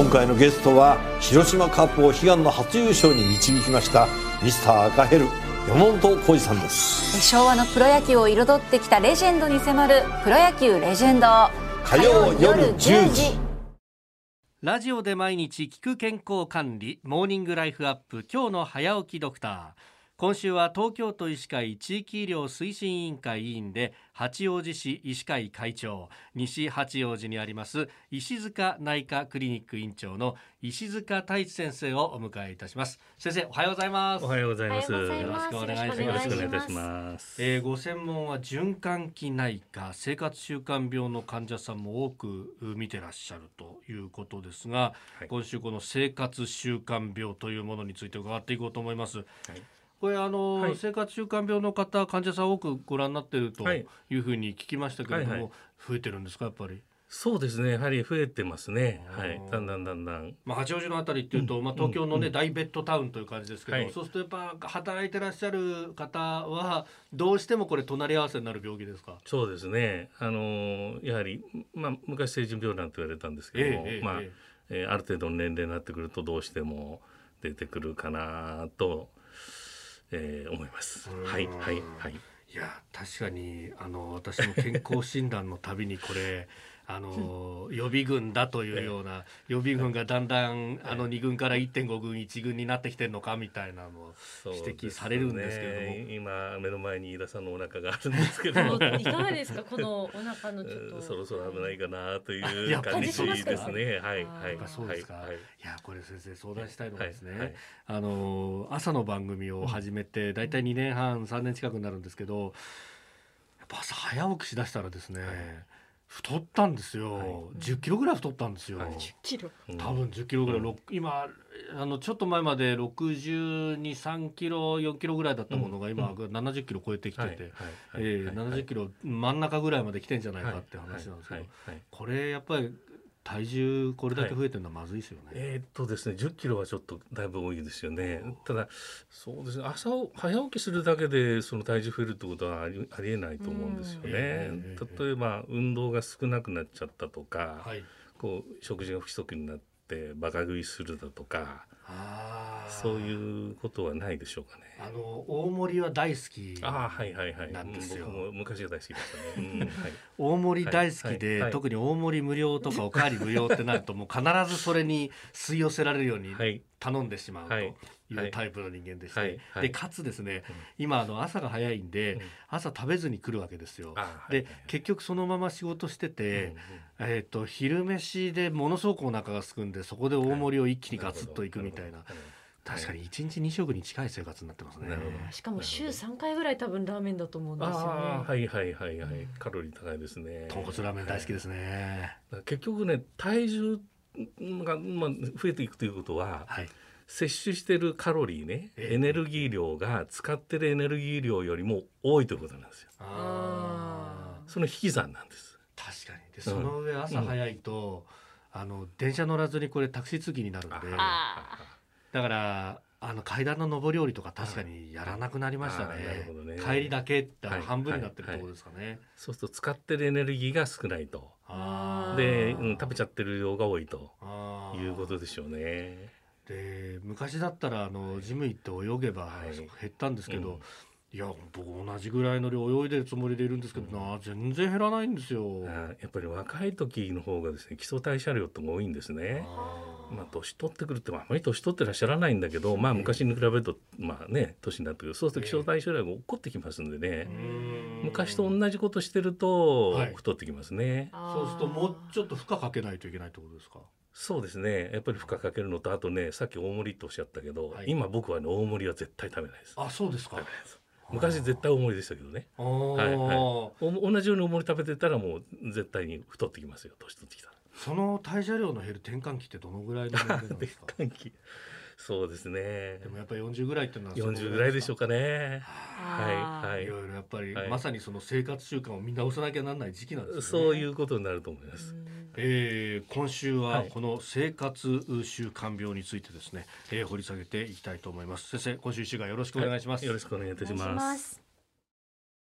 回のゲストは広島カップを悲願の初優勝に導きましたミスター赤ヘル山本浩二さんです。 昭和のプロ野球を彩ってきたレジェンドに迫るプロ野球レジェンド、 火曜夜10時。 ラジオで毎日聞く健康管理モーニングライフアップ、今日の早起きドクター。今週は東京都医師会地域医療推進委員会委員で八王子市医師会会長、西八王子にあります石塚内科クリニック院長の石塚太一先生をお迎えいたします。先生、おはようございます。 おはようございます。 よろしくお願いします。 よろしくお願いいたします。 ご専門は循環器内科、生活習慣病の患者さんも多く見てらっしゃるということですが、はい、今週この生活習慣病というものについて伺っていこうと思います。はい、これはい、生活習慣病の方、患者さん多くご覧になっているというふうに聞きましたけれども、はいはい、増えてるんですか？やっぱり。 そうですね、やはり増えてますね。はい、だんだん、 八王子のあたりっていうと、東京のね、大ベッドタウンという感じですけど、はい、そうするとやっぱ働いてらっしゃる方はどうしてもこれ隣り合わせになる病気ですか？ そうですね、やはり、昔成人病なんて言われたんですけども、ある程度の年齢になってくるとどうしても出てくるかなと思います。はいはいはい。 いや、確かに私も健康診断のたびにこれ予備軍だというような、予備軍がだんだん2軍から 1.5 軍1軍になってきてるのかみたいなのを指摘されるんですけれども、 今目の前に飯田さんのお腹があるんですけどいかがですか、このお腹のちょっとそろそろ危ないかなという感じですね。はいはい。 そうですか。いや、これ先生相談したいのがですね、朝の番組を始めてだいたい2年半3年近くになるんですけど、やっぱ朝早起きしだしたらですね、太ったんですよ。10キロぐらい太ったんですよ。 10キロ多分10キロぐらい、今ちょっと前まで62、3キロ4キロぐらいだったものが今70キロ超えてきてて、70キロ真ん中ぐらいまで来てんじゃないかって話なんですけど、これやっぱり体重これだけ増えてるのはまずいですよね。 ですね、10キロはちょっとだいぶ多いですよね。ただそうですね、朝早起きするだけでその体重増えるってことはありえないと思うんですよね。例えば運動が少なくなっちゃったとか、こう食事が不規則になってバカ食いするだとか、そういうことはないでしょうかね。 大盛りは大好きなんですよ。 僕も昔が大好きでしたね。 大盛り大好きで、特に大盛り無料とかおかわり無料ってなるともう必ずそれに吸い寄せられるように頼んでしまうというタイプの人間でして、でかつですね、今朝が早いんで、朝食べずに来るわけですよ。で結局そのまま仕事してて、昼飯でものすごくお腹がすくんで、そこで大盛りを一気にガツッといくみたいな、確かに1日2食に近い生活になってますね。 しかも週3回ぐらい多分ラーメンだと思うんですよね。 カロリー高いですね。 豚骨ラーメン大好きですね。 結局ね、体重が増えていくということは、摂取しているカロリーね、エネルギー量が使ってるエネルギー量よりも多いということなんですよ。その引き算なんです。 確かに。でその上朝早いと、電車乗らずにこれタクシー通勤になるんで、だから階段の上り下りとか確かにやらなくなりましたね。帰りだけって半分になってるところですかね。 そうすると使ってるエネルギーが少ないと、で、食べちゃってる量が多いということでしょうね。 で昔だったらジム行って泳げば減ったんですけど、いや僕同じぐらいの量泳いでるつもりでいるんですけど全然減らないんですよ。 やっぱり若い時の方がですね、基礎代謝量って多いんですね。年取ってくるって、あまり年取ってらっしゃらないんだけど、昔に比べると年になってくる、そうすると基礎代謝量が起こってきますんでね、昔と同じことしてると太ってきますね。 そうするともうちょっと負荷かけないといけないってことですか？ そうですね、やっぱり負荷かけるのと、あとね、さっき大盛りっておっしゃったけど、今僕はね、大盛りは絶対食べないです。 そうですか。 昔絶対大盛りでしたけどね。同じように大盛り食べてたらもう絶対に太ってきますよ、年取ってきたら。 その代謝量の減る転換期ってどのぐらいの年齢なんですか？ 転換期、そうですね。 でもやっぱり40ぐらいっていうのは 40ぐらいでしょうかね。 いろいろやっぱり、まさにその生活習慣を見直さなきゃならない時期なんですね。 そういうことになると思います。 今週はこの生活習慣病についてですね、掘り下げていきたいと思います。先生、今週1週間よろしくお願いします。 よろしくお願いいたします。